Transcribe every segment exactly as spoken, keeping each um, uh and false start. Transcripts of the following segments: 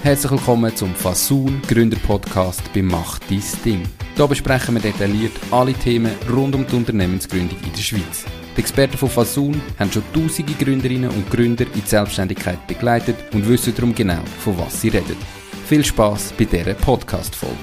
Herzlich willkommen zum Fasun Gründer Podcast bei Mach dein Ding. Hier besprechen wir detailliert alle Themen rund um die Unternehmensgründung in der Schweiz. Die Experten von Fasun haben schon tausende Gründerinnen und Gründer in die Selbstständigkeit begleitet und wissen darum genau, von was sie reden. Viel Spass bei dieser Podcast-Folge.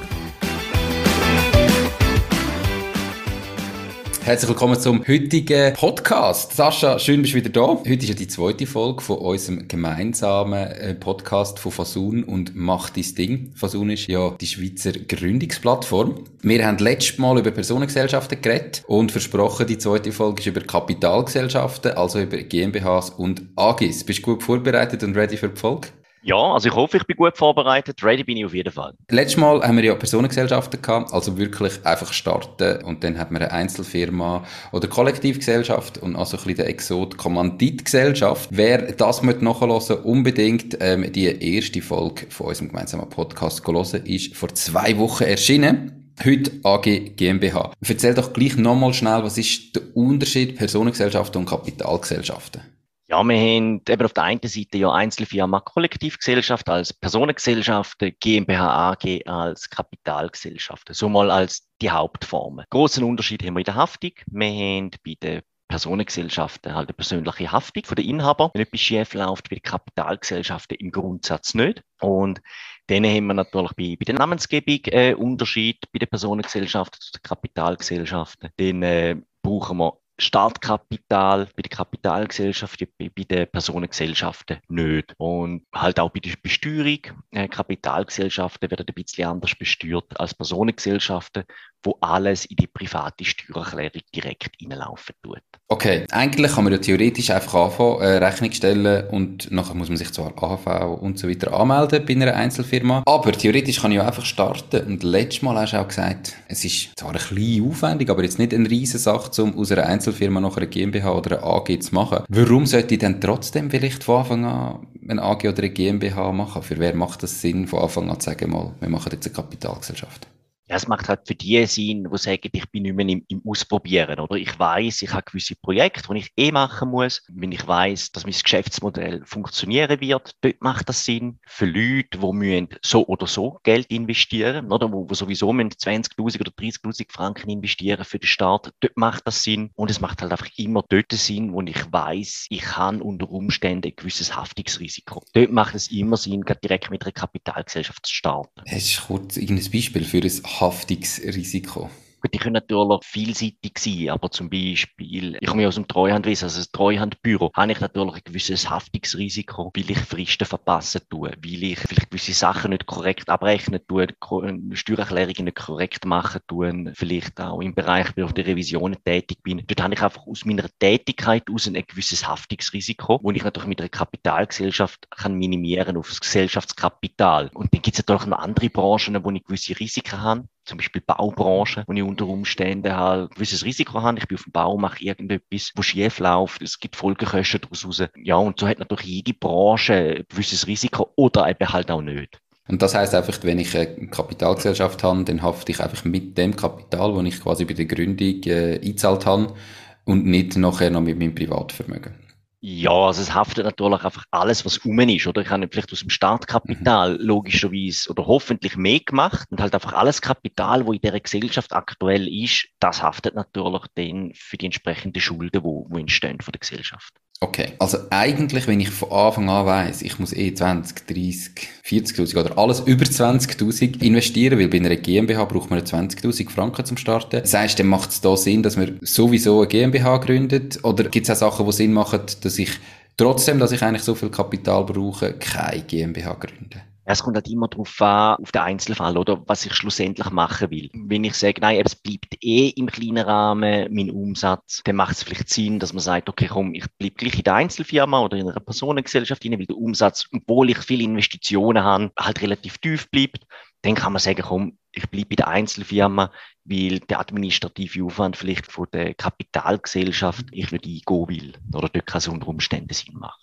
Herzlich willkommen zum heutigen Podcast. Sascha, schön, bist du wieder da. Heute ist ja die zweite Folge von unserem gemeinsamen Podcast von Fasun und Mach dein Ding. Fasun ist ja die Schweizer Gründungsplattform. Wir haben letztes Mal über Personengesellschaften geredet und versprochen, die zweite Folge ist über Kapitalgesellschaften, also über GmbHs und A Gs. Bist du gut vorbereitet und ready für die Folge? Ja, also ich hoffe, ich bin gut vorbereitet. Ready bin ich auf jeden Fall. Letztes Mal haben wir ja Personengesellschaften gehabt, also wirklich einfach starten und dann hat man eine Einzelfirma oder Kollektivgesellschaft und also ein bisschen der Exot Kommanditgesellschaft. Wer das möchte nachhören, unbedingt ähm, die erste Folge von unserem gemeinsamen Podcast hören, ist vor zwei Wochen erschienen. Heute A G GmbH. Erzähl doch gleich nochmal schnell, was ist der Unterschied Personengesellschaften und Kapitalgesellschaften? Ja, wir haben eben auf der einen Seite ja Einzelfirma, Kollektivgesellschaft als Personengesellschaft, GmbH, A G als Kapitalgesellschaft. So mal als die Hauptformen. Großen Unterschied haben wir in der Haftung. Wir haben bei den Personengesellschaften halt eine persönliche Haftung von den Inhabern. Wenn etwas schief läuft, bei den Kapitalgesellschaften im Grundsatz nicht. Und dann haben wir natürlich bei, bei der Namensgebung äh, Unterschied bei den Personengesellschaften zu den Kapitalgesellschaften. Dann äh, brauchen wir Startkapital bei der Kapitalgesellschaft, bei, bei den Personengesellschaften nicht. Und halt auch bei der Besteuerung. Äh, Kapitalgesellschaften werden ein bisschen anders besteuert als Personengesellschaften, wo alles in die private Steuererklärung direkt reinlaufen tut. Okay, eigentlich kann man ja theoretisch einfach anfangen, äh, Rechnung stellen und nachher muss man sich zwar A H V und so weiter anmelden bei einer Einzelfirma, aber theoretisch kann ich ja einfach starten. Und letztes Mal hast du auch gesagt, es ist zwar ein bisschen aufwendig, aber jetzt nicht eine riesen Sache, um aus einer Einzelfirma noch eine GmbH oder eine A G zu machen. Warum sollte ich denn trotzdem vielleicht von Anfang an eine A G oder eine GmbH machen? Für wer macht das Sinn, von Anfang an zu sagen, mal, wir machen jetzt eine Kapitalgesellschaft? Ja, es macht halt für die Sinn, die sagen, ich bin nicht mehr im, im Ausprobieren, oder? Ich weiss, ich habe gewisse Projekte, die ich eh machen muss. Wenn ich weiss, dass mein Geschäftsmodell funktionieren wird, dort macht das Sinn. Für Leute, die müssen so oder so Geld investieren, oder? Wo, wo sowieso zwanzigtausend oder dreißigtausend Franken investieren für den Start, dort macht das Sinn. Und es macht halt einfach immer dort Sinn, wo ich weiss, ich habe unter Umständen ein gewisses Haftungsrisiko. Dort macht es immer Sinn, direkt mit einer Kapitalgesellschaft zu starten. Hast du kurz irgendein Beispiel für ein Haftungsrisiko? Gut, die können natürlich vielseitig sein, aber zum Beispiel, ich komme ja aus dem Treuhandwesen, also das Treuhandbüro, habe ich natürlich ein gewisses Haftungsrisiko, weil ich Fristen verpassen tue, weil ich vielleicht gewisse Sachen nicht korrekt abrechnen tue, Steuererklärungen nicht korrekt machen tue, vielleicht auch im Bereich, wo ich der Revision tätig bin. Dort habe ich einfach aus meiner Tätigkeit aus ein gewisses Haftungsrisiko, das ich natürlich mit einer Kapitalgesellschaft kann minimieren auf das Gesellschaftskapital. Und dann gibt es natürlich noch andere Branchen, wo ich gewisse Risiken habe. Zum Beispiel Baubranche, wo ich unter Umständen halt ein gewisses Risiko habe. Ich bin auf dem Bau, mache irgendetwas, wo schief läuft. Es gibt Folgekosten daraus raus. Ja, und so hat natürlich jede Branche ein gewisses Risiko oder eben halt auch nicht. Und das heisst einfach, wenn ich eine Kapitalgesellschaft habe, dann hafte ich einfach mit dem Kapital, das ich quasi bei der Gründung äh, eingezahlt habe und nicht nachher noch mit meinem Privatvermögen. Ja, also es haftet natürlich einfach alles, was rum ist, oder? Ich habe vielleicht aus dem Startkapital logischerweise oder hoffentlich mehr gemacht und halt einfach alles Kapital, wo in dieser Gesellschaft aktuell ist, das haftet natürlich dann für die entsprechenden Schulden, die entstehen von der Gesellschaft. Okay, also eigentlich, wenn ich von Anfang an weiss, ich muss eh zwanzig, dreissig, vierzigtausend oder alles über zwanzigtausend investieren, weil bei einer GmbH braucht man zwanzigtausend Franken zum Starten. Das heisst, dann macht es da Sinn, dass man sowieso eine GmbH gründet? Oder gibt es auch Sachen, die Sinn machen, dass ich trotzdem, dass ich eigentlich so viel Kapital brauche, keine GmbH gründe? Es kommt halt immer darauf an, auf den Einzelfall, oder was ich schlussendlich machen will. Wenn ich sage, nein, es bleibt eh im kleinen Rahmen mein Umsatz, dann macht es vielleicht Sinn, dass man sagt, okay, komm, ich bleibe gleich in der Einzelfirma oder in einer Personengesellschaft rein, weil der Umsatz, obwohl ich viele Investitionen habe, halt relativ tief bleibt. Dann kann man sagen, komm, ich bleibe bei der Einzelfirma, weil der administrative Aufwand vielleicht von der Kapitalgesellschaft ich nicht eingehen will. Oder dort kann es unter Umständen Sinn machen.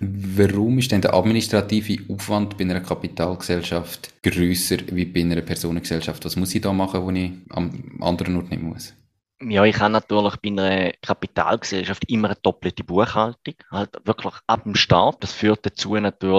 Warum ist denn der administrative Aufwand bei einer Kapitalgesellschaft grösser wie bei einer Personengesellschaft? Was muss ich da machen, wo ich am anderen Ort nicht muss? Ja, ich habe natürlich bei einer Kapitalgesellschaft immer eine doppelte Buchhaltung, halt wirklich ab dem Start. Das führt dazu natürlich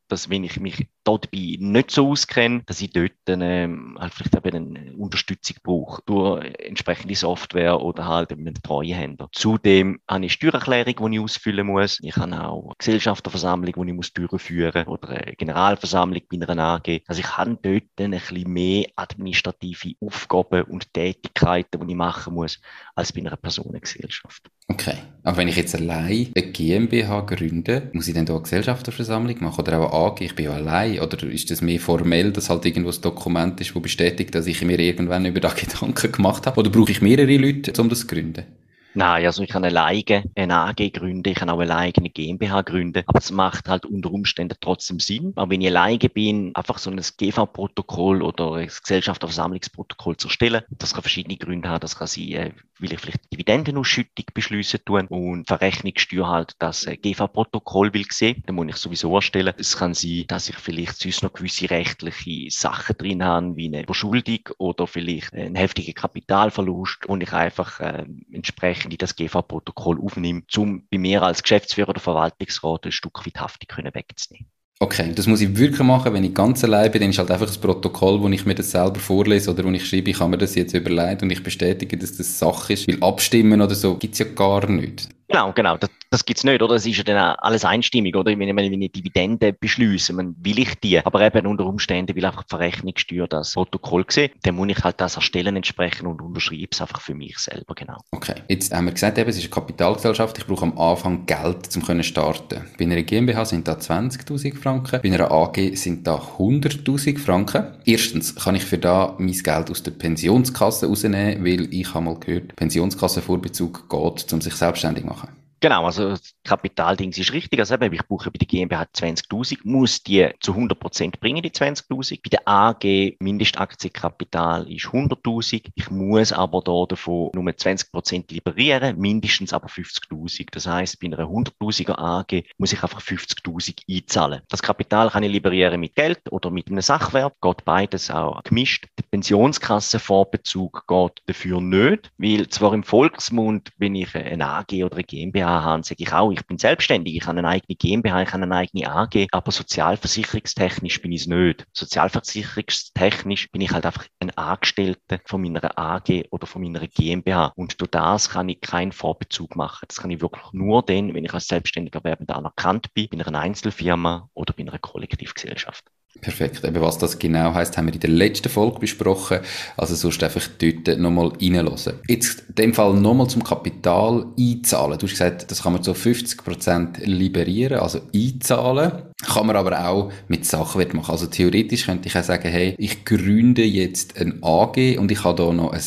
dass wenn ich mich dabei nicht so auskenne, dass ich dort dann, ähm, halt vielleicht eben eine Unterstützung brauche durch entsprechende Software oder halt eben einen Treuhänder. Zudem habe ich eine Steuererklärung, die ich ausfüllen muss. Ich habe auch eine Gesellschafterversammlung, die ich muss durchführen oder eine Generalversammlung bei einer A G. Also ich habe dort dann ein bisschen mehr administrative Aufgaben und Tätigkeiten, die ich machen muss, als bei einer Personengesellschaft. Okay. Aber wenn ich jetzt allein eine GmbH gründe, muss ich dann da eine Gesellschafterversammlung machen oder auch eine A G? Ich bin ja allein. Oder ist das mehr formell, dass halt irgendwo ein Dokument ist, das bestätigt, dass ich mir irgendwann über da Gedanken gemacht habe? Oder brauche ich mehrere Leute, um das zu gründen? Nein, also ich kann alleine eine A G gründen, ich kann auch alleine eine GmbH gründen, aber es macht halt unter Umständen trotzdem Sinn. Aber wenn ich alleine bin, einfach so ein G V-Protokoll oder ein Gesellschafterversammlungsprotokoll zu erstellen, das kann verschiedene Gründe haben. Das kann sein, äh, will ich vielleicht Dividendenausschüttung beschließen tun und Verrechnungssteuer halt das G V-Protokoll will sehen, dann muss ich sowieso erstellen. Es kann sein, dass ich vielleicht sonst noch gewisse rechtliche Sachen drin habe, wie eine Verschuldung oder vielleicht einen heftigen Kapitalverlust und ich einfach äh, entsprechend in das G V-Protokoll aufnimmt, um bei mir als Geschäftsführer oder Verwaltungsrat ein Stück weit Haftung wegzunehmen. Okay, das muss ich wirklich machen, wenn ich ganz allein bin, dann ist halt einfach das Protokoll, wo ich mir das selber vorlese oder wo ich schreibe, ich habe mir das jetzt überlegt und ich bestätige, dass das Sache ist, weil abstimmen oder so gibt's ja gar nicht. Genau, genau. Das, das gibt's nicht, oder? Es ist ja dann auch alles einstimmig, oder? Wenn ich mal eine Dividende beschließe, man will ich die. Aber eben unter Umständen will einfach die Verrechnungssteuer das Protokoll sehen. Dann muss ich halt das erstellen entsprechend und unterschreibe es einfach für mich selber, genau. Okay. Jetzt haben wir gesagt, eben, es ist eine Kapitalgesellschaft. Ich brauche am Anfang Geld, um zu starten. Bei einer GmbH sind da zwanzigtausend Franken. Bei einer A G sind da hunderttausend Franken. Erstens kann ich für da mein Geld aus der Pensionskasse rausnehmen, weil ich habe mal gehört, Pensionskassenvorbezug geht, um sich selbstständig zu machen. Genau, also das Kapitaldings ist richtig. Also eben, ich buche bei der GmbH zwanzigtausend, muss die zu hundert Prozent bringen, die zwanzigtausend. Bei der A G Mindestaktienkapital ist hunderttausend. Ich muss aber da davon nur zwanzig Prozent liberieren, mindestens aber fünfzigtausend. Das heisst, bei einer hunderttausender A G muss ich einfach fünfzigtausend einzahlen. Das Kapital kann ich liberieren mit Geld oder mit einem Sachwert. Geht beides auch gemischt. Der Pensionskassenvorbezug geht dafür nicht, weil zwar im Volksmund, wenn ich eine A G oder eine GmbH habe, sage ich auch, ich bin selbstständig, ich habe eine eigene GmbH, ich habe eine eigene A G, aber sozialversicherungstechnisch bin ich es nicht. Sozialversicherungstechnisch bin ich halt einfach ein Angestellter von meiner A G oder von meiner GmbH und durch das kann ich keinen Vorbezug machen. Das kann ich wirklich nur dann, wenn ich als selbstständiger Werbender anerkannt bin, bei einer Einzelfirma oder bei einer Kollektivgesellschaft. Perfekt. Eben, was das genau heisst, haben wir in der letzten Folge besprochen. Also sonst einfach dort nochmal reinhören. Jetzt in dem Fall nochmal zum Kapital einzahlen. Du hast gesagt, das kann man zu fünfzig Prozent liberieren, also einzahlen. Kann man aber auch mit Sachwert machen. Also theoretisch könnte ich auch sagen, hey, ich gründe jetzt ein A G und ich habe da noch ein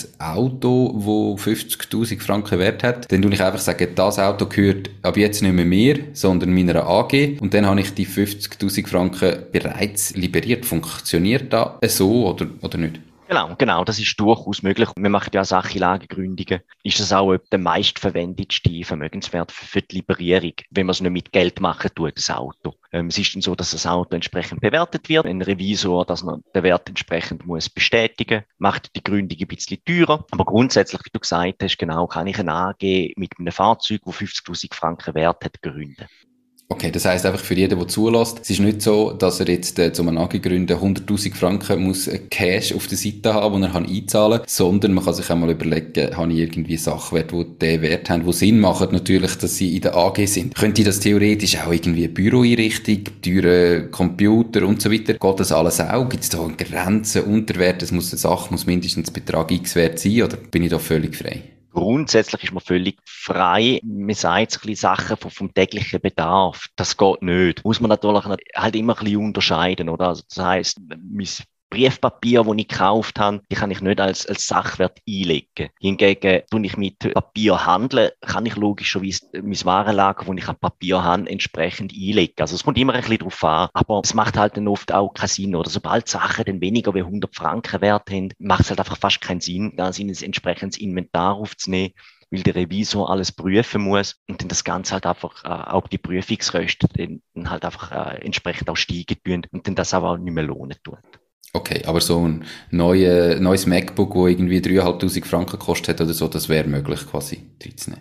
Auto, das fünfzigtausend Franken Wert hat. Dann tue ich einfach sagen, das Auto gehört ab jetzt nicht mehr mir, sondern meiner A G. Und dann habe ich die fünfzigtausend Franken bereits liberiert. Funktioniert das so oder, oder nicht? Genau, genau, das ist durchaus möglich. Wir machen ja Sachenlagengründungen. Ist das auch der meistverwendetste Vermögenswert für die Liberierung, wenn man es nicht mit Geld machen tut, das Auto. Ähm, es ist dann so, dass das Auto entsprechend bewertet wird. Ein Revisor, dass man den Wert entsprechend muss bestätigen, macht die Gründung ein bisschen teurer. Aber grundsätzlich, wie du gesagt hast, genau, kann ich eine A G mit einem Fahrzeug, das fünfzigtausend Franken Wert hat, gründen. Okay, das heisst einfach für jeden, der zulässt, es ist nicht so, dass er jetzt äh, zu einem A G gründen hunderttausend Franken muss Cash auf der Seite haben, den er kann einzahlen kann, sondern man kann sich einmal überlegen, habe ich irgendwie Sachwerte, die den Wert haben, die Sinn machen, natürlich, dass sie in der A G sind. Könnte das theoretisch auch irgendwie eine Büroeinrichtung, teure Computer und so weiter, geht das alles auch? Gibt es da Grenzen, Unterwerte, es muss eine Sache, muss mindestens Betrag X wert sein, oder bin ich da völlig frei? Grundsätzlich ist man völlig frei. Man sagt so ein bisschen Sachen vom, vom täglichen Bedarf. Das geht nicht. Muss man natürlich halt immer ein bisschen unterscheiden, oder? Also das heisst, mein Briefpapier, das ich gekauft habe, die kann ich nicht als, als Sachwert einlegen. Hingegen, wenn ich mit Papier handle, kann ich logischerweise mein Warenlager, das ich an Papier habe, entsprechend einlegen. Also es kommt immer ein bisschen drauf an. Aber es macht halt dann oft auch keinen Sinn. Oder sobald Sachen dann weniger wie hundert Franken wert haben, macht es halt einfach fast keinen Sinn, das in ein entsprechendes Inventar aufzunehmen, weil der Revisor alles prüfen muss und dann das Ganze halt einfach, äh, auch die Prüfungskosten dann, dann halt einfach äh, entsprechend auch steigen tun und dann das aber auch nicht mehr lohnen tut. Okay, aber so ein neue, neues MacBook, das irgendwie dreitausendfünfhundert Franken gekostet hat oder so, das wäre möglich quasi reinzunehmen.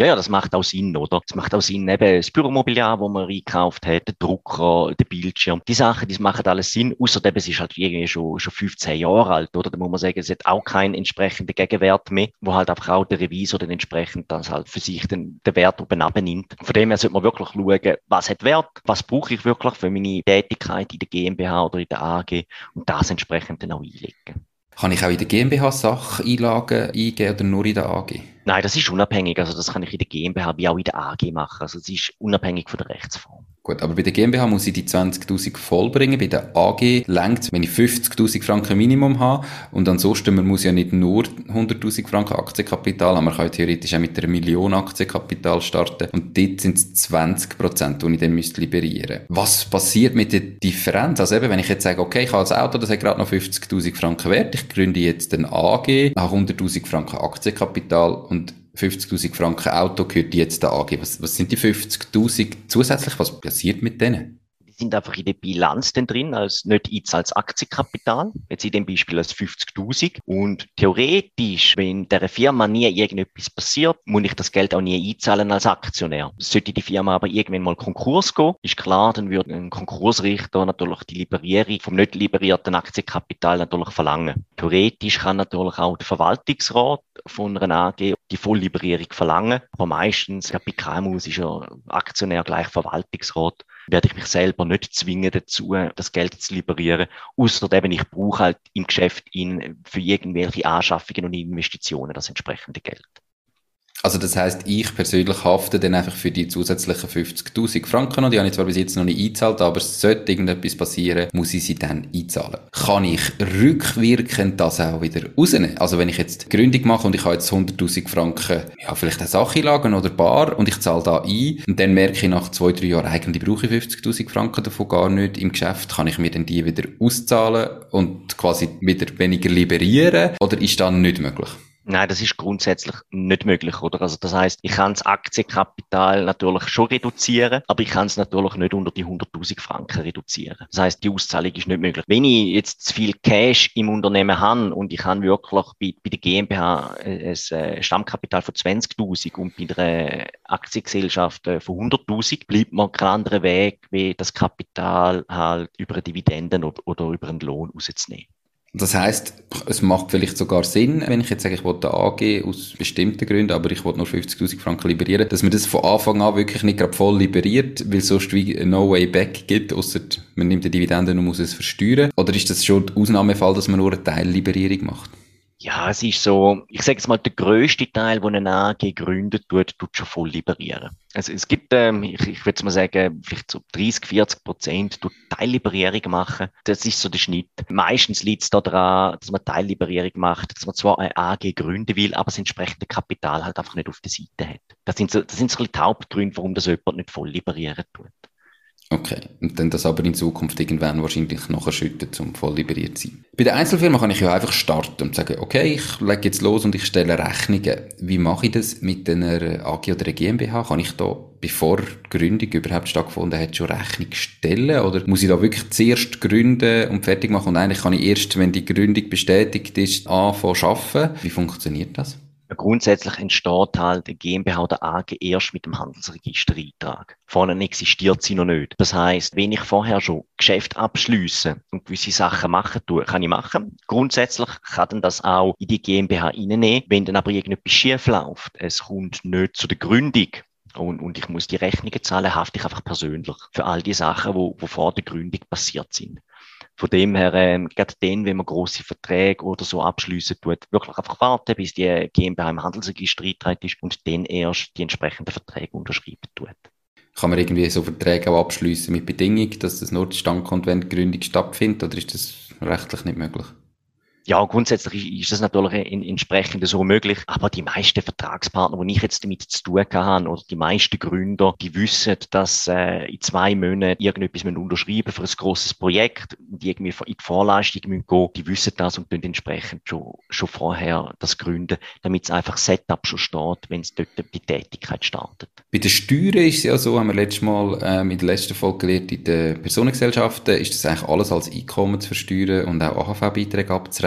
Ja, ja, das macht auch Sinn, oder? Es macht auch Sinn, eben das Büromobiliar, das man eingekauft hat, der Drucker, der Bildschirm. Die Sachen, die machen alles Sinn, außer eben, es ist halt irgendwie schon, schon fünfzehn Jahre alt, oder? Da muss man sagen, es hat auch keinen entsprechenden Gegenwert mehr, wo halt einfach auch der Revisor dann entsprechend das halt für sich den, den Wert oben abnimmt. Von dem her sollte man wirklich schauen, was hat Wert, was brauche ich wirklich für meine Tätigkeit in der GmbH oder in der A G und das entsprechend dann auch einlegen. Kann ich auch in der GmbH Sacheinlagen eingeben oder nur in der A G? Nein, das ist unabhängig. Also das kann ich in der GmbH wie auch in der A G machen. Also es ist unabhängig von der Rechtsform. Gut, aber bei der GmbH muss ich die zwanzigtausend vollbringen. Bei der A G reicht, wenn ich fünfzigtausend Franken Minimum habe. Und ansonsten, man muss ja nicht nur hunderttausend Franken Aktienkapital haben. Man kann ja theoretisch auch mit einer Million Aktienkapital starten. Und dort sind es zwanzig Prozent, die ich dann müsste liberieren. Was passiert mit der Differenz? Also eben, wenn ich jetzt sage, okay, ich habe das Auto, das hat gerade noch fünfzigtausend Franken wert. Ich gründe jetzt eine A G, habe hunderttausend Franken Aktienkapital und fünfzigtausend Franken Auto gehört jetzt der A G. Was, was sind die fünfzigtausend zusätzlich? Was passiert mit denen? Die sind einfach in der Bilanz dann drin, als nicht jetzt als Aktienkapital, jetzt in dem Beispiel als fünfzigtausend. Und theoretisch, wenn der Firma nie irgendetwas passiert, muss ich das Geld auch nie einzahlen als Aktionär. Sollte die Firma aber irgendwann mal Konkurs gehen, ist klar, dann würde ein Konkursrichter natürlich die Liberierung vom nicht liberierten Aktienkapital natürlich verlangen. Theoretisch kann natürlich auch der Verwaltungsrat von einer A G die Vollliberierung verlangen, aber meistens, ja, bei K M Us ist ja Aktionär gleich Verwaltungsrat, werde ich mich selber nicht zwingen dazu, das Geld zu liberieren, ausser eben, ich brauche halt im Geschäft in, für irgendwelche Anschaffungen und Investitionen das entsprechende Geld. Also das heisst, ich persönlich hafte dann einfach für die zusätzlichen fünfzigtausend Franken noch. Die habe ich zwar bis jetzt noch nicht eingezahlt, aber sollte irgendetwas passieren, muss ich sie dann einzahlen. Kann ich rückwirkend das auch wieder rausnehmen? Also wenn ich jetzt Gründung mache und ich habe jetzt hunderttausend Franken, ja vielleicht eine Sacheinlagen oder Bar und ich zahle da ein und dann merke ich nach zwei, drei Jahren, eigentlich brauche ich fünfzigtausend Franken davon gar nicht im Geschäft, kann ich mir dann die wieder auszahlen und quasi wieder weniger liberieren oder ist das nicht möglich? Nein, das ist grundsätzlich nicht möglich, oder? Also das heißt, ich kann das Aktienkapital natürlich schon reduzieren, aber ich kann es natürlich nicht unter die hunderttausend Franken reduzieren. Das heißt, die Auszahlung ist nicht möglich. Wenn ich jetzt zu viel Cash im Unternehmen habe und ich habe wirklich bei, bei der GmbH ein Stammkapital von zwanzigtausend und bei der Aktiengesellschaft von hunderttausend, bleibt mir kein anderer Weg, wie das Kapital halt über eine Dividenden oder, oder über einen Lohn rauszunehmen. Das heisst, es macht vielleicht sogar Sinn, wenn ich jetzt sage, ich will eine A G aus bestimmten Gründen, aber ich will nur fünfzigtausend Franken liberieren, dass man das von Anfang an wirklich nicht gerade voll liberiert, weil es sonst wie no way back gibt, ausser man nimmt die Dividenden und muss es versteuern. Oder ist das schon der Ausnahmefall, dass man nur eine Teillibierung macht? Ja, es ist so, ich sage jetzt mal, der grösste Teil, den eine A G gründet, tut, tut schon voll liberieren. Also es gibt, ähm, ich, ich würde mal sagen, vielleicht so dreißig, vierzig Prozent tut Teillibierung machen. Das ist so der Schnitt. Meistens liegt es daran, dass man Teillibierung macht, dass man zwar eine A G gründen will, aber das entsprechende Kapital halt einfach nicht auf der Seite hat. Das sind so, das sind so die Hauptgründe, warum das jemand nicht voll liberieren tut. Okay, und dann das aber in Zukunft irgendwann wahrscheinlich nachher schütten, um voll liberiert zu sein. Bei der Einzelfirma kann ich ja einfach starten und sagen, okay, ich lege jetzt los und ich stelle Rechnungen. Wie mache ich das mit einer A G oder einer GmbH? Kann ich da, bevor die Gründung überhaupt stattgefunden hat, schon Rechnung stellen? Oder muss ich da wirklich zuerst gründen und fertig machen und eigentlich kann ich erst, wenn die Gründung bestätigt ist, anfangen zu arbeiten? Wie funktioniert das? Grundsätzlich entsteht halt eine GmbH oder A G erst mit dem Handelsregistereintrag. Vorne existiert sie noch nicht. Das heisst, wenn ich vorher schon Geschäft abschliessen und gewisse Sachen machen tue, kann ich machen. Grundsätzlich kann dann das auch in die GmbH reinnehmen. Wenn dann aber irgendetwas schief läuft, es kommt nicht zu der Gründung, Und, und ich muss die Rechnungen zahlen, hafte ich einfach persönlich für all die Sachen, die, die vor der Gründung passiert sind. Von dem her, ähm, gerade dann, wenn man grosse Verträge oder so abschliessen tut, wirklich einfach warten, bis die GmbH im Handelsregister eingetragen ist und dann erst die entsprechenden Verträge unterschreiben tut. Kann man irgendwie so Verträge auch abschliessen mit Bedingung, dass das nur zustande kommt, wenn die Gründung stattfindet, oder ist das rechtlich nicht möglich? Ja, grundsätzlich ist das natürlich in, entsprechend so möglich, aber die meisten Vertragspartner, die ich jetzt damit zu tun habe, oder die meisten Gründer, die wissen, dass äh, in zwei Monaten irgendetwas unterschreiben für ein grosses Projekt, die irgendwie in die Vorleistung müssen gehen, die wissen das und dann entsprechend schon, schon vorher das gründen, damit es einfach Setup schon steht, wenn es dort die Tätigkeit startet. Bei den Steuern ist es ja so, haben wir letztes Mal ähm, in der letzten Folge gelernt, in den Personengesellschaften ist das eigentlich alles als Einkommen zu versteuern und auch A H V-Beiträge abzurechnen.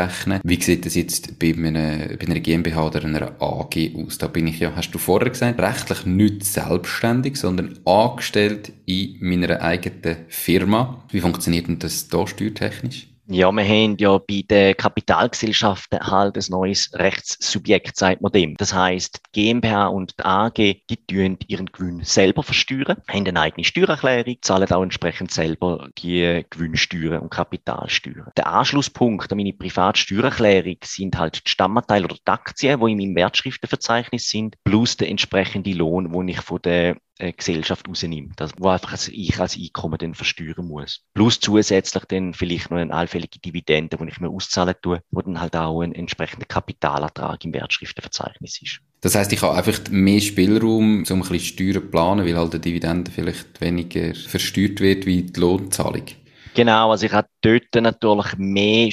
rechnen. Wie sieht das jetzt bei einer, bei einer GmbH oder einer A G aus? Da bin ich ja, hast du vorher gesagt, rechtlich nicht selbstständig, sondern angestellt in meiner eigenen Firma. Wie funktioniert denn das da steuertechnisch? Ja, wir haben ja bei den Kapitalgesellschaften halt ein neues Rechtssubjekt, sagt man dem. Das heisst, die GmbH und die A G, die tun ihren Gewinn selber versteuern, haben eine eigene Steuererklärung, zahlen auch entsprechend selber die Gewinnsteuern und Kapitalsteuern. Der Anschlusspunkt an meine Privatsteuererklärung sind halt die Stammanteile oder die Aktien, die in meinem Wertschriftenverzeichnis sind, plus der entsprechende Lohn, den ich von der äh, Gesellschaft rausnimmt, das, wo einfach als, ich als Einkommen dann versteuern muss. Plus zusätzlich dann vielleicht noch eine allfällige Dividende, die ich mir auszahlen tue, wo dann halt auch ein entsprechender Kapitalertrag im Wertschriftenverzeichnis ist. Das heisst, ich habe einfach mehr Spielraum, um ein bisschen Steuern zu planen, weil halt die Dividende vielleicht weniger versteuert wird wie die Lohnzahlung. Genau, also ich habe dort natürlich mehr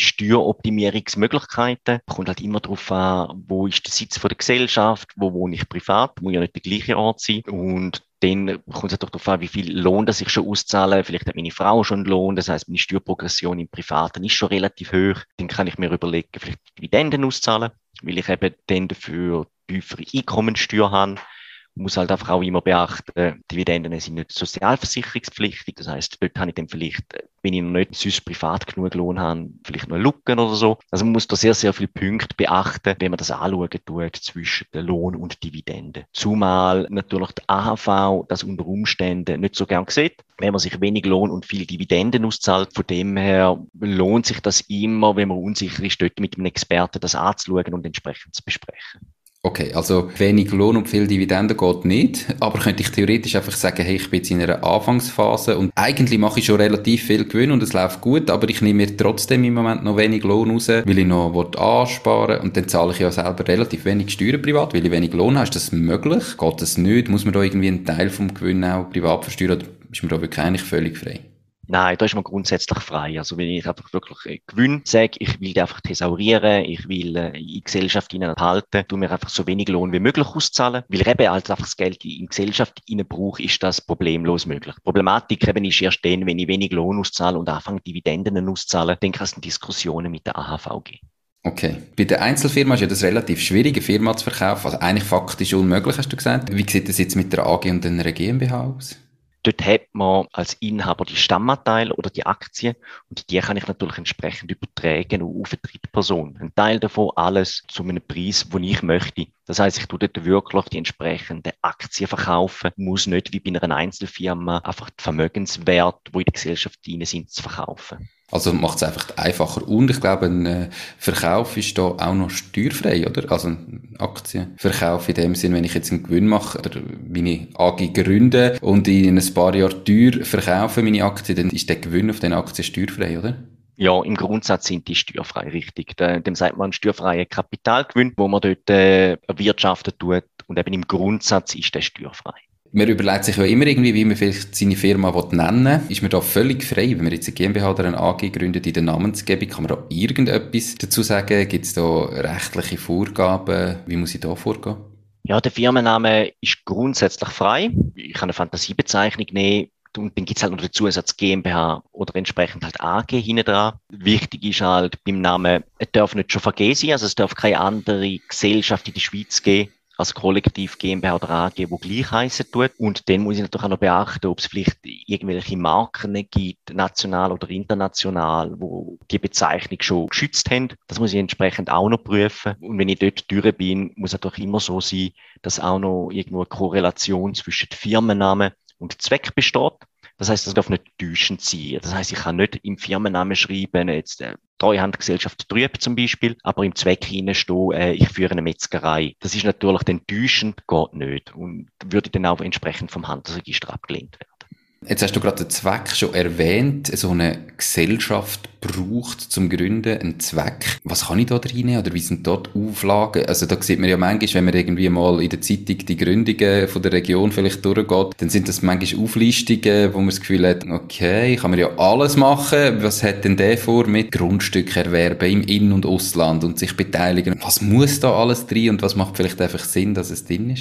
Steueroptimierungsmöglichkeiten. Kommt halt immer darauf an, wo ist der Sitz von der Gesellschaft, wo wohne ich privat, muss ja nicht der gleiche Ort sein. Und dann kommt es natürlich darauf an, wie viel Lohn das ich schon auszahle. Vielleicht hat meine Frau schon einen Lohn, das heisst, meine Steuerprogression im Privaten ist schon relativ hoch. Dann kann ich mir überlegen, vielleicht Dividenden auszahlen, weil ich eben dann dafür tiefere Einkommensteuer habe. Man muss halt einfach auch immer beachten, Dividenden sind nicht sozialversicherungspflichtig. Das heisst, dort habe ich dann vielleicht, wenn ich noch nicht sonst privat genug Lohn habe, vielleicht noch Lücken oder so. Also man muss da sehr, sehr viele Punkte beachten, wenn man das anschauen tut zwischen den Lohn und Dividenden. Zumal natürlich die A H V das unter Umständen nicht so gern sieht, wenn man sich wenig Lohn und viel Dividenden auszahlt. Von dem her lohnt sich das immer, wenn man unsicher ist, dort mit einem Experten das anzuschauen und entsprechend zu besprechen. Okay, also wenig Lohn und viel Dividende geht nicht, aber könnte ich theoretisch einfach sagen, hey, ich bin jetzt in einer Anfangsphase und eigentlich mache ich schon relativ viel Gewinn und es läuft gut, aber ich nehme mir trotzdem im Moment noch wenig Lohn raus, weil ich noch ansparen will und dann zahle ich ja selber relativ wenig Steuern privat, weil ich wenig Lohn habe. Ist das möglich? Geht das nicht? Muss man da irgendwie einen Teil vom Gewinn auch privat versteuern oder ist man da wirklich eigentlich völlig frei? Nein, da ist man grundsätzlich frei. Also wenn ich einfach wirklich Gewinn sage, ich will die einfach thesaurieren, ich will äh, in die Gesellschaft hineinhalten, tu mir einfach so wenig Lohn wie möglich auszahlen, weil eben halt einfach das Geld in die Gesellschaft hinein brauche, ist das problemlos möglich. Die Problematik eben ist erst dann, wenn ich wenig Lohn auszahle und anfange Dividenden auszahlen, dann kann es Diskussionen mit der A H V geben. Okay. Bei der Einzelfirma ist ja das relativ schwierig, eine Firma zu verkaufen. Also eigentlich faktisch unmöglich, hast du gesagt. Wie sieht das jetzt mit der A G und einer GmbH aus? Dort hat man als Inhaber die Stammanteile oder die Aktien und die kann ich natürlich entsprechend übertragen auf eine Drittperson. Ein Teil davon alles zu einem Preis, den ich möchte. Das heisst, ich tue dort wirklich die entsprechenden Aktien verkaufen, muss nicht wie bei einer Einzelfirma einfach die Vermögenswerte, die in der Gesellschaft drin sind, zu verkaufen. Also macht es einfach einfacher. Und ich glaube, ein äh, Verkauf ist da auch noch steuerfrei, oder? Also ein Aktienverkauf in dem Sinn, wenn ich jetzt einen Gewinn mache oder meine A G gründe und in ein paar Jahren teuer verkaufe meine Aktie, dann ist der Gewinn auf den Aktien steuerfrei, oder? Ja, im Grundsatz sind die steuerfrei, richtig. Dem sagt man steuerfreien Kapitalgewinn, wo man dort äh, erwirtschaften tut und eben im Grundsatz ist der steuerfrei. Man überlegt sich ja immer irgendwie, wie man vielleicht seine Firma nennen will. Ist man da völlig frei? Wenn man jetzt eine GmbH oder eine A G gründet in der Namensgebung, kann man da irgendetwas dazu sagen? Gibt es da rechtliche Vorgaben? Wie muss ich da vorgehen? Ja, der Firmenname ist grundsätzlich frei. Ich kann eine Fantasiebezeichnung nehmen. Und dann gibt's halt noch den Zusatz GmbH oder entsprechend halt A G hinten dran. Wichtig ist halt beim Namen, es darf nicht schon vergeben sein, also es darf keine andere Gesellschaft in der Schweiz geben, als Kollektiv GmbH oder A G, wo gleich heissen tut. Und dann muss ich natürlich auch noch beachten, ob es vielleicht irgendwelche Marken gibt, national oder international, wo die Bezeichnung schon geschützt haben. Das muss ich entsprechend auch noch prüfen. Und wenn ich dort durch bin, muss es natürlich immer so sein, dass auch noch irgendwo eine Korrelation zwischen Firmennamen und Zweck besteht. Das heisst, das darf nicht täuschend sein. Das heisst, ich kann nicht im Firmennamen schreiben, jetzt äh, Treuhandgesellschaft Trüb zum Beispiel, aber im Zweck hineinstehen, äh, ich führe eine Metzgerei. Das ist natürlich dann täuschend, geht nicht und würde dann auch entsprechend vom Handelsregister abgelehnt werden. Jetzt hast du gerade den Zweck schon erwähnt. So eine Gesellschaft braucht zum Gründen einen Zweck. Was kann ich da reinnehmen oder wie sind dort Auflagen? Also da sieht man ja manchmal, wenn man irgendwie mal in der Zeitung die Gründungen von der Region vielleicht durchgeht, dann sind das manchmal Auflistungen, wo man das Gefühl hat, okay, kann man ja alles machen. Was hat denn der vor mit Grundstück erwerben im In- und Ausland und sich beteiligen? Was muss da alles drin und was macht vielleicht einfach Sinn, dass es drin ist?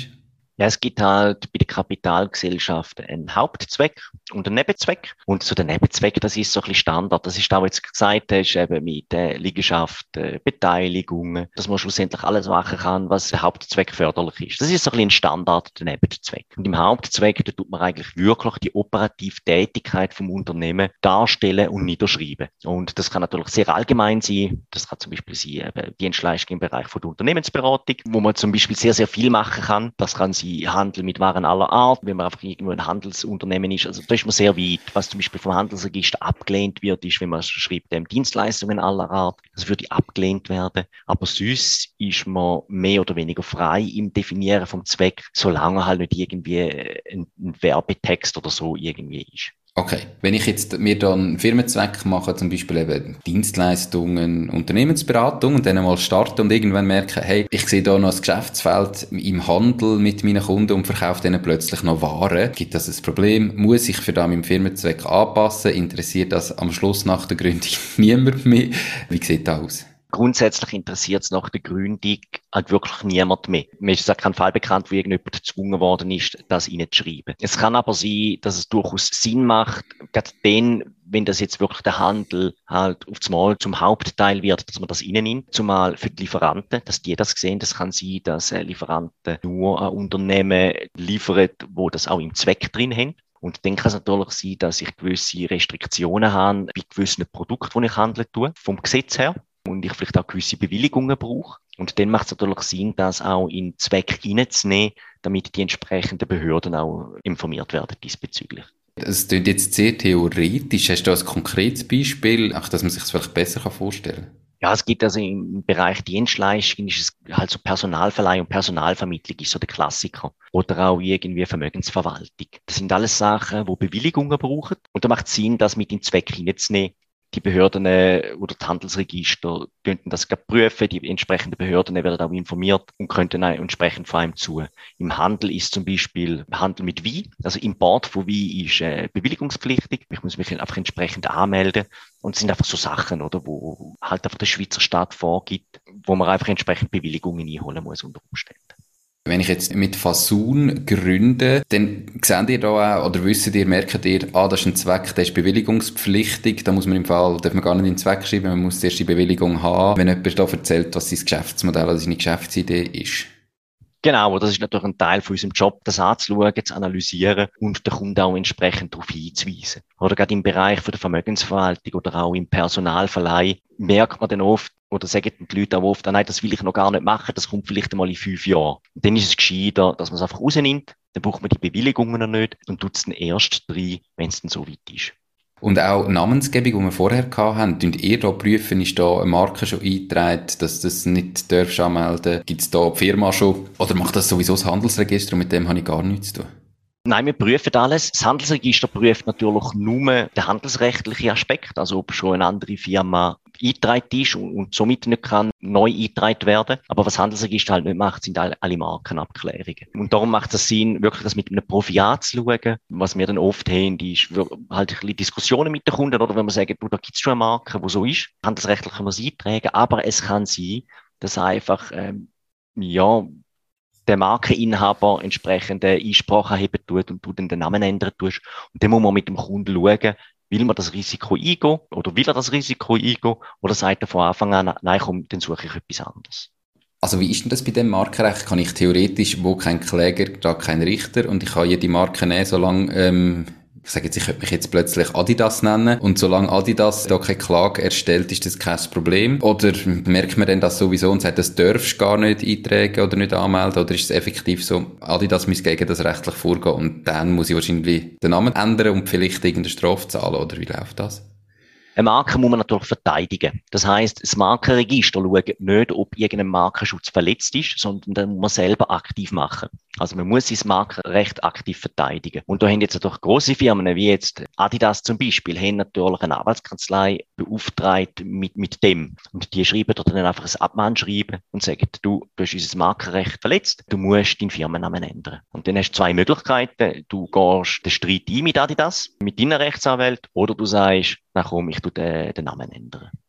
Ja, es gibt halt bei der Kapitalgesellschaft einen Hauptzweck und einen Nebenzweck. Und so der Nebenzweck, das ist so ein bisschen Standard. Das ist auch, was du jetzt gesagt hast, eben mit äh, Liegenschaften, Beteiligungen, dass man schlussendlich alles machen kann, was der Hauptzweck förderlich ist. Das ist so ein bisschen ein Standard, der Nebenzweck. Und im Hauptzweck, da tut man eigentlich wirklich die operative Tätigkeit vom Unternehmen darstellen und niederschreiben. Und das kann natürlich sehr allgemein sein. Das kann zum Beispiel sein, eben Dienstleistungen im Bereich von der Unternehmensberatung, wo man zum Beispiel sehr, sehr viel machen kann. Das kann sein Handel mit Waren aller Art, wenn man einfach irgendwo ein Handelsunternehmen ist. Also da ist man sehr weit. Was zum Beispiel vom Handelsregister abgelehnt wird, ist, wenn man schreibt, ähm, Dienstleistungen aller Art. Das würde abgelehnt werden. Aber sonst ist man mehr oder weniger frei im Definieren vom Zweck, solange halt nicht irgendwie ein, ein Werbetext oder so irgendwie ist. Okay, wenn ich jetzt mir dann einen Firmenzweck mache, zum Beispiel eben Dienstleistungen, Unternehmensberatung und dann mal starte und irgendwann merke, hey, ich sehe da noch ein Geschäftsfeld im Handel mit meinen Kunden und verkaufe denen plötzlich noch Waren. Gibt das ein Problem? Muss ich für da meinen Firmenzweck anpassen? Interessiert das am Schluss nach der Gründung niemand mehr? Wie sieht das aus? Grundsätzlich interessiert es nach der Gründung halt wirklich niemand mehr. Mir ist auch kein Fall bekannt, wo irgendjemand gezwungen worden ist, das reinzuschreiben. Es kann aber sein, dass es durchaus Sinn macht, gerade dann, wenn das jetzt wirklich der Handel halt aufs Mal zum Hauptteil wird, dass man das reinnimmt. Zumal für die Lieferanten, dass die das sehen. Das kann sein, dass Lieferanten nur an Unternehmen liefern, wo das auch im Zweck drin haben. Und dann kann es natürlich sein, dass ich gewisse Restriktionen habe bei gewissen Produkten, die ich handeln tue, vom Gesetz her. Und ich vielleicht auch gewisse Bewilligungen brauche. Und dann macht es natürlich Sinn, das auch in den Zweck reinzunehmen, damit die entsprechenden Behörden auch informiert werden diesbezüglich. Das klingt jetzt sehr theoretisch. Hast du da ein konkretes Beispiel, auch dass man sich das vielleicht besser vorstellen kann? Ja, es gibt also im Bereich Dienstleistungen ist es halt so Personalverleih und Personalvermittlung ist so der Klassiker. Oder auch irgendwie Vermögensverwaltung. Das sind alles Sachen, die Bewilligungen brauchen. Und da macht es Sinn, das mit in den Zweck reinzunehmen. Die Behörden äh, oder die Handelsregister könnten das prüfen, die entsprechenden Behörden werden auch informiert und könnten auch entsprechend vor allem zu. Im Handel ist zum Beispiel Handel mit Wein, also Import von Wein ist äh, bewilligungspflichtig. Ich muss mich einfach entsprechend anmelden und es sind einfach so Sachen, oder, wo halt einfach der Schweizer Staat vorgibt, wo man einfach entsprechend Bewilligungen einholen muss unter Umständen. Wenn ich jetzt mit Fasun gründe, dann seht ihr da auch, oder wisst ihr, merkt ihr, ah, das ist ein Zweck, der ist bewilligungspflichtig, da muss man im Fall, darf man gar nicht in den Zweck schreiben, man muss zuerst die Bewilligung haben, wenn jemand da erzählt, was sein Geschäftsmodell oder seine Geschäftsidee ist. Genau, das ist natürlich ein Teil von unserem Job, das anzuschauen, zu analysieren und den Kunden auch entsprechend darauf hinzuweisen. Oder gerade im Bereich von der Vermögensverwaltung oder auch im Personalverleih merkt man dann oft, oder sagen die Leute auch oft, ah, nein, das will ich noch gar nicht machen, das kommt vielleicht einmal in fünf Jahren. Und dann ist es gescheiter, dass man es einfach rausnimmt, dann braucht man die Bewilligungen noch nicht und tut es dann erst rein, wenn es dann so weit ist. Und auch Namensgebung, die wir vorher hatten, könnt ihr da prüfen, ist da eine Marke schon eingetragen, dass das nicht darfst anmelden? Gibt es da die Firma schon? Oder macht das sowieso das Handelsregister und mit dem habe ich gar nichts zu tun? Nein, wir prüfen alles. Das Handelsregister prüft natürlich nur den handelsrechtlichen Aspekt, also ob schon eine andere Firma eingetragen ist und, und somit nicht kann neu eingetragen werden. Aber was das Handelsregister halt nicht macht, sind alle, alle Markenabklärungen. Und darum macht es Sinn, wirklich das mit einem Profi anzuschauen. Was wir dann oft haben, ist halt ein bisschen Diskussionen mit den Kunden, oder wenn wir sagen, du, da gibt es schon eine Marke, die so ist. Handelsrechtlich können wir sie eintragen, aber es kann sein, dass einfach, ähm, ja, der Markeninhaber entsprechende Einsprache erheben tut und du dann den Namen ändern tust. Und dann muss man mit dem Kunden schauen, will man das Risiko eingehen oder will er das Risiko eingehen oder sagt er von Anfang an, nein, komm, dann suche ich etwas anderes. Also wie ist denn das bei dem Markenrecht? Kann ich theoretisch, wo kein Kläger, da kein Richter und ich kann jede Marke nehmen, solange, ähm, ich sage jetzt, ich könnte mich jetzt plötzlich Adidas nennen und solange Adidas da keine Klage erstellt, ist das kein Problem? Oder merkt man denn das sowieso und sagt, das darfst du gar nicht eintragen oder nicht anmelden? Oder ist es effektiv so, Adidas muss gegen das rechtlich vorgehen und dann muss ich wahrscheinlich den Namen ändern und vielleicht irgendeine Strafe zahlen? Oder wie läuft das? Eine Marke muss man natürlich verteidigen. Das heisst, das Markenregister schaut nicht, ob irgendein Markenschutz verletzt ist, sondern dann muss man selber aktiv machen. Also man muss sein Markenrecht aktiv verteidigen. Und da haben jetzt natürlich grosse Firmen, wie jetzt Adidas zum Beispiel, haben natürlich eine Anwaltskanzlei beauftragt mit, mit dem. Und die schreiben dort dann einfach ein Abmahnschreiben und sagen, du, du hast unser Markenrecht verletzt, du musst deinen Firmennamen ändern. Und dann hast du zwei Möglichkeiten. Du gehst den Streit ein mit Adidas, mit deiner Rechtsanwalt, oder du sagst, na komm, ich tue den, den Namen ändern.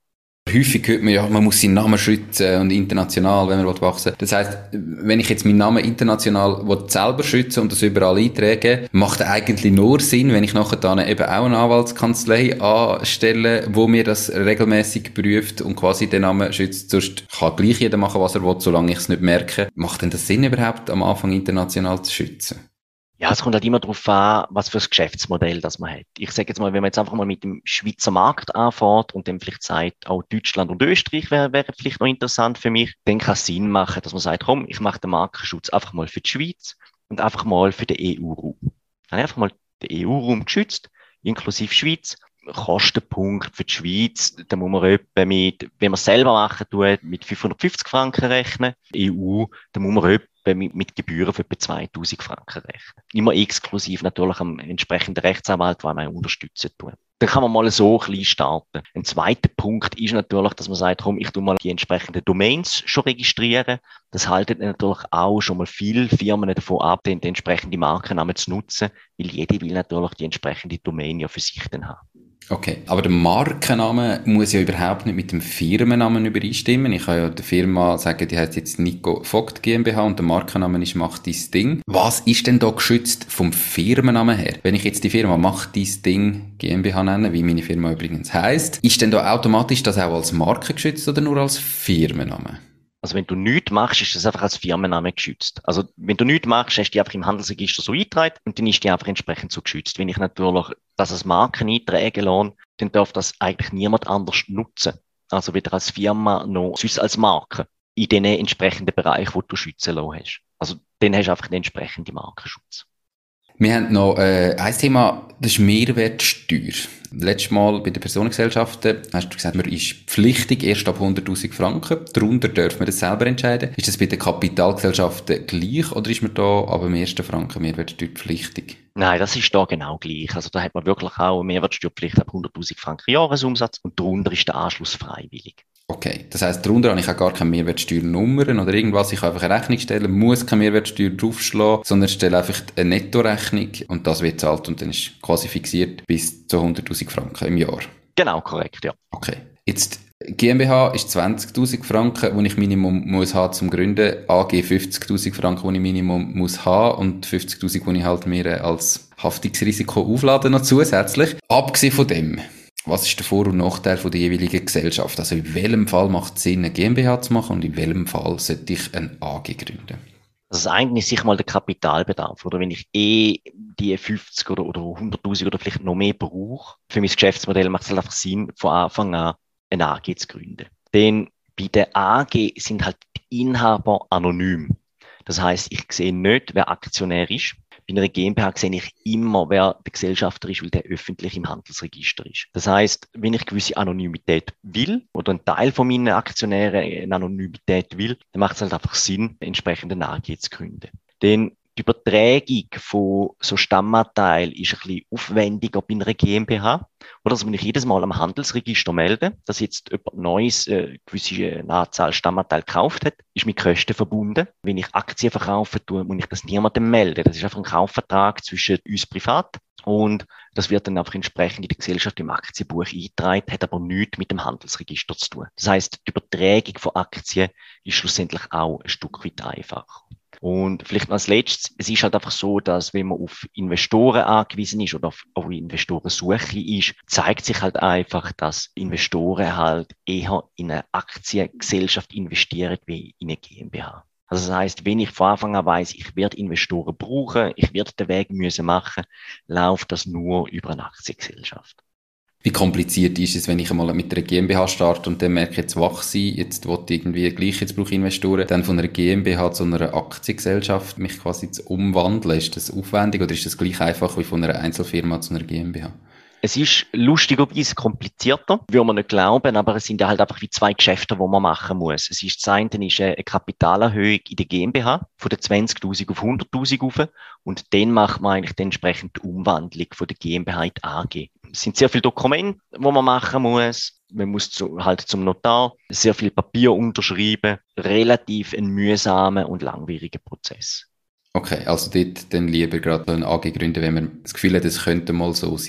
Häufig hört man ja, man muss seinen Namen schützen und international, wenn man wachsen will. Das heisst, wenn ich jetzt meinen Namen international selber schützen und das überall eintrage, macht eigentlich nur Sinn, wenn ich nachher dann eben auch eine Anwaltskanzlei anstelle, wo mir das regelmäßig prüft und quasi den Namen schützt. Sonst kann gleich jeder machen, was er will, solange ich es nicht merke. Macht denn das Sinn überhaupt, am Anfang international zu schützen? Ja, es kommt halt immer darauf an, was für ein Geschäftsmodell das man hat. Ich sage jetzt mal, wenn man jetzt einfach mal mit dem Schweizer Markt anfährt und dann vielleicht sagt, auch Deutschland und Österreich wäre wäre vielleicht noch interessant für mich, dann kann es Sinn machen, dass man sagt, komm, ich mache den Markenschutz einfach mal für die Schweiz und einfach mal für den E U-Raum. Dann habe ich einfach mal den E U-Raum geschützt, inklusive Schweiz. Kostenpunkt für die Schweiz, da muss man etwa mit, wenn man es selber machen tut, mit fünfhundertfünfzig Franken rechnen. E U, da muss man etwa mit, mit Gebühren für etwa zweitausend Franken rechnen. Immer exklusiv natürlich am entsprechenden Rechtsanwalt, der man unterstützen tut. Dann kann man mal so ein bisschen starten. Ein zweiter Punkt ist natürlich, dass man sagt, komm, ich tu mal die entsprechenden Domains schon registrieren. Das haltet natürlich auch schon mal viele Firmen davon ab, den, den entsprechenden Markennamen zu nutzen, weil jeder will natürlich die entsprechende Domain ja für sich dann haben. Okay, aber der Markenname muss ja überhaupt nicht mit dem Firmennamen übereinstimmen. Ich kann ja der Firma sagen, die heißt jetzt Nico Vogt GmbH und der Markenname ist Mach dein Ding. Was ist denn da geschützt vom Firmennamen her? Wenn ich jetzt die Firma Mach dein Ding GmbH nenne, wie meine Firma übrigens heisst, ist denn da automatisch das auch als Marke geschützt oder nur als Firmenname? Also wenn du nichts machst, ist das einfach als Firmenname geschützt. Also wenn du nichts machst, hast du die einfach im Handelsregister so eingetragen und dann ist die einfach entsprechend so geschützt. Wenn ich natürlich das als Marke eintragen lasse, dann darf das eigentlich niemand anders nutzen. Also weder als Firma noch sonst als Marke in den entsprechenden Bereich, wo du schützen lassen hast. Also dann hast du einfach den entsprechenden Markenschutz. Wir haben noch äh, ein Thema, das ist Mehrwertsteuer. Letztes Mal bei den Personengesellschaften hast du gesagt, man ist pflichtig erst ab hunderttausend Franken. Darunter dürfen wir das selber entscheiden. Ist das bei den Kapitalgesellschaften gleich oder ist man da ab dem ersten Franken Mehrwertsteuer pflichtig? Nein, das ist da genau gleich. Also da hat man wirklich auch eine Mehrwertsteuerpflicht ab hunderttausend Franken Jahresumsatz und darunter ist der Anschluss freiwillig. Okay, das heisst, darunter habe ich auch gar keine Mehrwertsteuernummern oder irgendwas. Ich kann einfach eine Rechnung stellen, muss keine Mehrwertsteuer draufschlagen, sondern stelle einfach eine Nettorechnung und das wird zahlt und dann ist quasi fixiert bis zu hunderttausend Franken im Jahr. Genau, korrekt, ja. Okay. Jetzt, GmbH ist zwanzigtausend Franken, die ich Minimum muss haben zum Gründen. A G fünfzigtausend Franken, die ich Minimum muss haben und fünfzigtausend, die ich halt mir als Haftungsrisiko auflade noch zusätzlich. Abgesehen von dem, was ist der Vor- und Nachteil von der jeweiligen Gesellschaft? Also in welchem Fall macht es Sinn, eine GmbH zu machen und in welchem Fall sollte ich ein A G gründen? Also das eine ist sicher mal der Kapitalbedarf. Oder wenn ich eh die fünfzig oder, oder hunderttausend oder vielleicht noch mehr brauche, für mein Geschäftsmodell macht es halt einfach Sinn, von Anfang an ein A G zu gründen. Denn bei der A G sind halt die Inhaber anonym. Das heißt, ich sehe nicht, wer Aktionär ist. Bei einer GmbH sehe ich immer, wer der Gesellschafter ist, weil der öffentlich im Handelsregister ist. Das heißt, wenn ich gewisse Anonymität will oder ein Teil von meinen Aktionären eine Anonymität will, dann macht es halt einfach Sinn, entsprechend eine A G zu gründen. Denn die Übertragung von so Stammanteilen ist ein bisschen aufwendiger bei einer GmbH. Oder dass man nicht jedes Mal am Handelsregister melden, dass jetzt jemand Neues äh, gewisse Anzahl Stammanteile gekauft hat, ist mit Kosten verbunden. Wenn ich Aktien verkaufen tue, muss ich das niemandem melden. Das ist einfach ein Kaufvertrag zwischen uns privat. Und das wird dann einfach entsprechend in der Gesellschaft im Aktienbuch eingetragen, hat aber nichts mit dem Handelsregister zu tun. Das heißt, die Übertragung von Aktien ist schlussendlich auch ein Stück weit einfacher. Und vielleicht noch als letztes, es ist halt einfach so, dass wenn man auf Investoren angewiesen ist oder auf, auf Investorensuche ist, zeigt sich halt einfach, dass Investoren halt eher in eine Aktiengesellschaft investieren wie in eine GmbH. Also das heißt, wenn ich von Anfang an weiss, ich werde Investoren brauchen, ich werde den Weg müssen machen, läuft das nur über eine Aktiengesellschaft. Wie kompliziert ist es, wenn ich einmal mit einer GmbH starte und dann merke, jetzt wachse ich, jetzt will ich irgendwie gleich, jetzt brauche ich Investoren, dann von einer GmbH zu einer Aktiengesellschaft mich quasi zu umwandeln. Ist das aufwendig oder ist das gleich einfach wie von einer Einzelfirma zu einer GmbH? Es ist lustigerweise komplizierter, würde man nicht glauben, aber es sind ja halt einfach wie zwei Geschäfte, die man machen muss. Es ist, das eine ist eine Kapitalerhöhung in der GmbH von der zwanzigtausend auf hunderttausend rauf und dann macht man eigentlich die entsprechende Umwandlung von der GmbH in die A G. Es sind sehr viele Dokumente, die man machen muss. Man muss zu, halt zum Notar sehr viel Papier unterschreiben. Relativ ein mühsamer und langwieriger Prozess. Okay, also dort dann lieber gerade eine A G gründen, wenn man das Gefühl hat, es könnte mal so sein.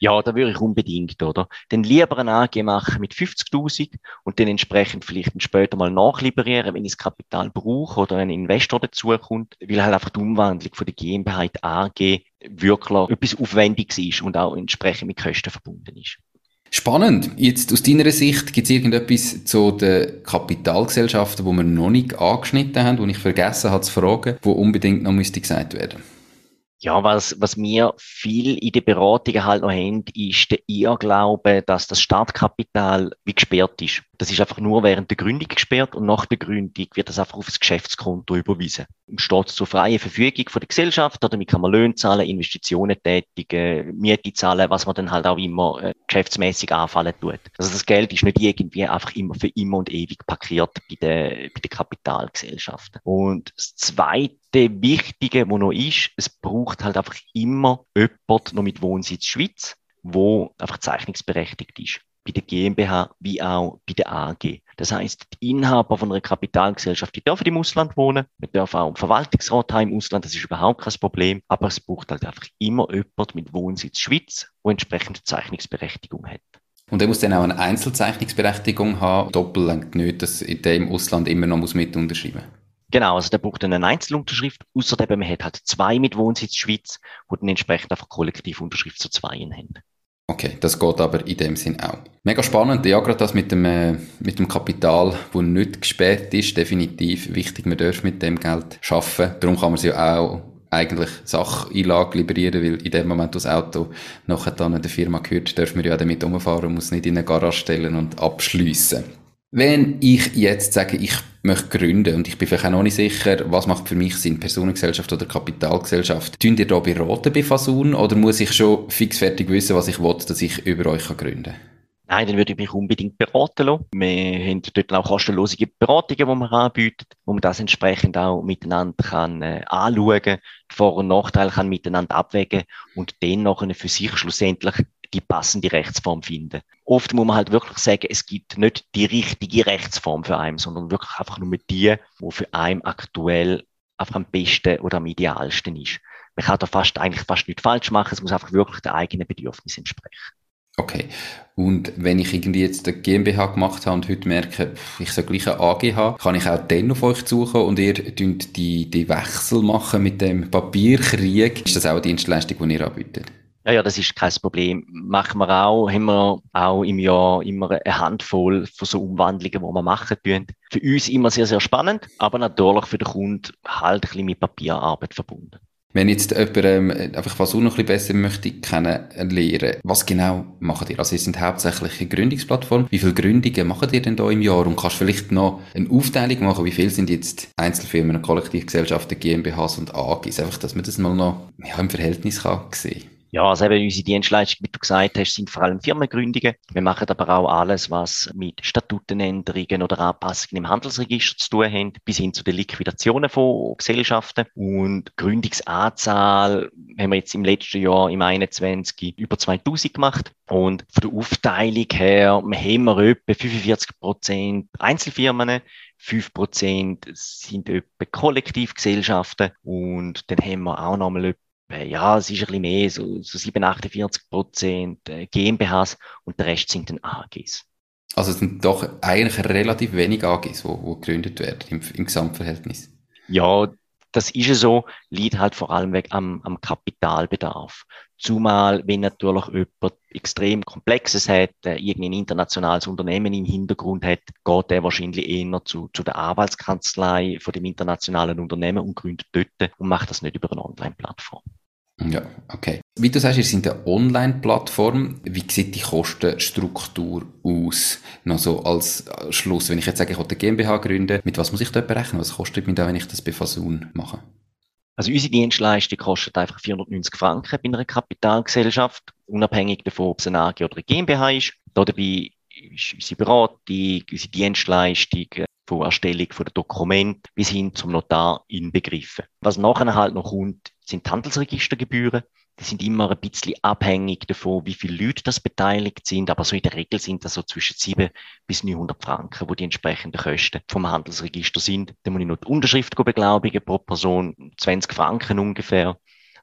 Ja, da würde ich unbedingt, oder? Dann lieber eine A G machen mit fünfzigtausend und dann entsprechend vielleicht später mal nachliberieren, wenn ich das Kapital brauche oder ein Investor dazukommt, weil halt einfach die Umwandlung von der GmbH in die A G wirklich etwas Aufwendiges ist und auch entsprechend mit Kosten verbunden ist. Spannend. Jetzt aus deiner Sicht gibt es irgendetwas zu den Kapitalgesellschaften, wo wir noch nicht angeschnitten haben, wo ich vergessen habe zu fragen, wo unbedingt noch müsste gesagt werden? Ja, was, was wir viel in den Beratungen halt noch haben, ist der Irrglaube, dass das Startkapital wie gesperrt ist. Das ist einfach nur während der Gründung gesperrt und nach der Gründung wird das einfach auf das Geschäftskonto überwiesen. Steht zur freien Verfügung von der Gesellschaft, damit kann man Löhne zahlen, Investitionen tätigen, Miete zahlen, was man dann halt auch immer äh, geschäftsmäßig anfallen tut. Also das Geld ist nicht irgendwie einfach immer für immer und ewig parkiert bei den, bei den Kapitalgesellschaften. Und das Zweite, Wichtige, wo noch ist, es braucht halt einfach immer jemand noch mit Wohnsitz Schweiz, wo einfach zeichnungsberechtigt ist. Bei der GmbH wie auch bei der A G. Das heisst, die Inhaber von einer Kapitalgesellschaft, die dürfen im Ausland wohnen. Wir dürfen auch einen Verwaltungsrat haben im Ausland, das ist überhaupt kein Problem. Aber es braucht halt einfach immer jemand mit Wohnsitz Schweiz, der entsprechende Zeichnungsberechtigung hat. Und er muss dann auch eine Einzelzeichnungsberechtigung haben. Doppel lenkt nicht, dass in dem Ausland immer noch muss mit unterschreiben. Genau, also der braucht dann eine Einzelunterschrift, außerdem man hat halt zwei mit Wohnsitz Schweiz, die dann entsprechend einfach Kollektivunterschrift zu zweien haben. Okay, das geht aber in dem Sinn auch. Mega spannend, ja, gerade das mit dem, äh, mit dem Kapital, das nicht gesperrt ist, definitiv wichtig, man darf mit dem Geld arbeiten. Darum kann man es ja auch eigentlich Sacheinlage liberieren, weil in dem Moment, wo das Auto nachher dann der Firma gehört, darf man ja auch damit umfahren und muss nicht in eine Garage stellen und abschliessen. Wenn ich jetzt sage, ich möchte gründen und ich bin vielleicht auch noch nicht sicher, was macht für mich Sinn, Personengesellschaft oder Kapitalgesellschaft, tun ihr da beraten bei Fasun oder muss ich schon fixfertig wissen, was ich will, dass ich über euch gründen kann? Nein, dann würde ich mich unbedingt beraten lassen. Wir haben dort auch kostenlose Beratungen, die wir anbieten, wo man das entsprechend auch miteinander kann, äh, anschauen kann, die Vor- und Nachteile kann miteinander abwägen und dann nachher für sich schlussendlich die passende Rechtsform finden. Oft muss man halt wirklich sagen, es gibt nicht die richtige Rechtsform für einen, sondern wirklich einfach nur die, die für einen aktuell einfach am besten oder am idealsten ist. Man kann da fast, eigentlich fast nichts falsch machen, es muss einfach wirklich den eigenen Bedürfnissen entsprechen. Okay. Und wenn ich irgendwie jetzt eine GmbH gemacht habe und heute merke, ich soll gleich eine A G haben, kann ich auch dann auf euch suchen und ihr tünt die, die Wechsel machen mit dem Papierkrieg. Ist das auch eine Dienstleistung, die ihr anbietet? Ja, ja, das ist kein Problem. Machen wir auch, haben wir auch im Jahr immer eine Handvoll von so Umwandlungen, die wir machen tun. Für uns immer sehr, sehr spannend, aber natürlich für den Kunden halt ein bisschen mit Papierarbeit verbunden. Wenn jetzt jemand ähm, einfach was auch noch ein bisschen besser möchte kennenlernen, was genau macht ihr? Also ihr seid hauptsächlich eine Gründungsplattform. Wie viele Gründungen macht ihr denn da im Jahr? Und kannst du vielleicht noch eine Aufteilung machen, wie viel sind jetzt Einzelfirmen, Kollektivgesellschaften, GmbHs und A Gs? Einfach, dass man das mal noch ja, im Verhältnis kann sehen. Ja, also eben unsere Dienstleistungen, wie du gesagt hast, sind vor allem Firmengründungen. Wir machen aber auch alles, was mit Statutenänderungen oder Anpassungen im Handelsregister zu tun hat, bis hin zu den Liquidationen von Gesellschaften. Und Gründungsanzahl haben wir jetzt im letzten Jahr, im einundzwanzig, über zweitausend gemacht. Und von der Aufteilung her haben wir etwa fünfundvierzig Prozent Einzelfirmen, fünf Prozent sind etwa Kollektivgesellschaften und dann haben wir auch nochmal etwa ja, es ist ein bisschen mehr, so, so siebenundachtzig, achtundvierzig Prozent GmbHs und der Rest sind dann A Gs. Also es sind doch eigentlich relativ wenig A Gs, die gegründet werden im, im Gesamtverhältnis. Ja, das ist ja so, liegt halt vor allem weg am, am Kapitalbedarf. Zumal, wenn natürlich jemand extrem Komplexes hat, äh, irgendein internationales Unternehmen im Hintergrund hat, geht der wahrscheinlich eher zu, zu der Arbeitskanzlei von dem internationalen Unternehmen und gründet dort und macht das nicht über eine Online-Plattform. Ja, okay. Wie du sagst, ihr seid eine Online-Plattform. Wie sieht die Kostenstruktur aus? Noch so als Schluss, wenn ich jetzt sage, ich will eine GmbH gründen, mit was muss ich da berechnen? Was kostet mich da, wenn ich das bei Fasun mache? Also unsere Dienstleistung kostet einfach vierhundertneunzig Franken bei einer Kapitalgesellschaft, unabhängig davon, ob es eine A G oder eine GmbH ist. Dabei ist unsere Beratung, unsere Dienstleistung, von Erstellung von den Dokumenten bis hin zum Notar inbegriffen. Was nachher halt noch kommt, sind die Handelsregistergebühren. Die sind immer ein bisschen abhängig davon, wie viele Leute das beteiligt sind, aber so in der Regel sind das so zwischen siebenhundert bis neunhundert Franken, wo die entsprechenden Kosten vom Handelsregister sind. Dann muss ich noch die Unterschrift beglaubigen pro Person, zwanzig Franken ungefähr.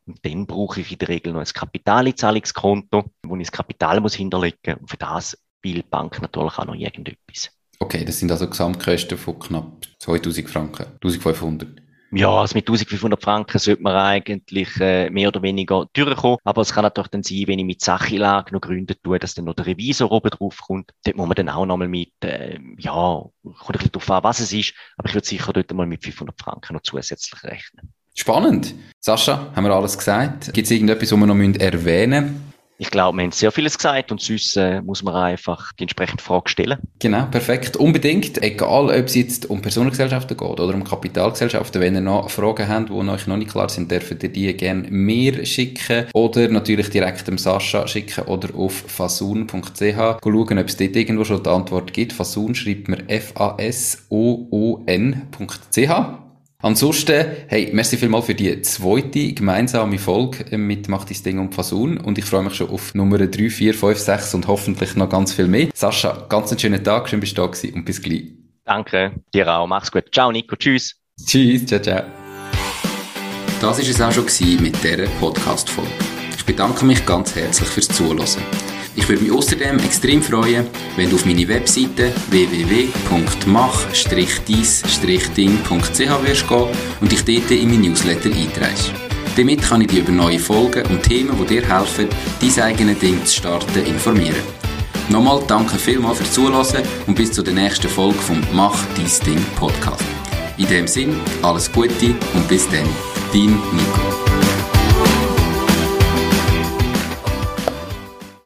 Und dann brauche ich in der Regel noch ein Kapitaleinzahlungskonto, wo ich das Kapital muss hinterlegen muss. Und für das will die Bank natürlich auch noch irgendetwas. Okay, das sind also Gesamtkosten von knapp zweitausend Franken, eintausendfünfhundert. Ja, also mit eintausendfünfhundert Franken sollte man eigentlich äh, mehr oder weniger durchkommen. Aber es kann natürlich dann sein, wenn ich mit Sachinlage noch Gründe tue, dass dann noch der Revisor oben drauf kommt. Dort muss man dann auch nochmal mit, äh, ja, kommt ein bisschen darauf an, was es ist. Aber ich würde sicher dort mal mit fünfhundert Franken noch zusätzlich rechnen. Spannend. Sascha, haben wir alles gesagt? Gibt es irgendetwas, was wir noch erwähnen müssen? Ich glaube, wir haben sehr vieles gesagt und sonst äh, muss man einfach die entsprechende Frage stellen. Genau, perfekt. Unbedingt, egal ob es jetzt um Personengesellschaften geht oder um Kapitalgesellschaften, wenn ihr noch Fragen habt, die euch noch nicht klar sind, dürft ihr die gerne mir schicken oder natürlich direkt dem Sascha schicken oder auf fasun punkt c h schauen, ob es dort irgendwo schon die Antwort gibt. Fasun schreibt man F A S O O N punkt C H. Ansonsten, hey, merci vielmals für die zweite gemeinsame Folge mit Mach dein Ding und Fasun und ich freue mich schon auf Nummer drei, vier, fünf, sechs und hoffentlich noch ganz viel mehr. Sascha, ganz einen schönen Tag, schön bist du da gewesen und bis gleich. Danke, dir auch, mach's gut. Ciao Nico, tschüss. Tschüss, ciao, ciao. Das war es auch schon mit dieser Podcast-Folge. Ich bedanke mich ganz herzlich fürs Zuhören. Ich würde mich außerdem extrem freuen, wenn du auf meine Webseite w w w punkt mach deis ding punkt c h wirst gehen und dich dort in mein Newsletter einträgst. Damit kann ich dich über neue Folgen und Themen, die dir helfen, dein eigenes Ding zu starten, informieren. Nochmal danke vielmals fürs Zuhören und bis zur nächsten Folge vom Mach dein Ding Podcast. In dem Sinn, alles Gute und bis dann, dein Nico.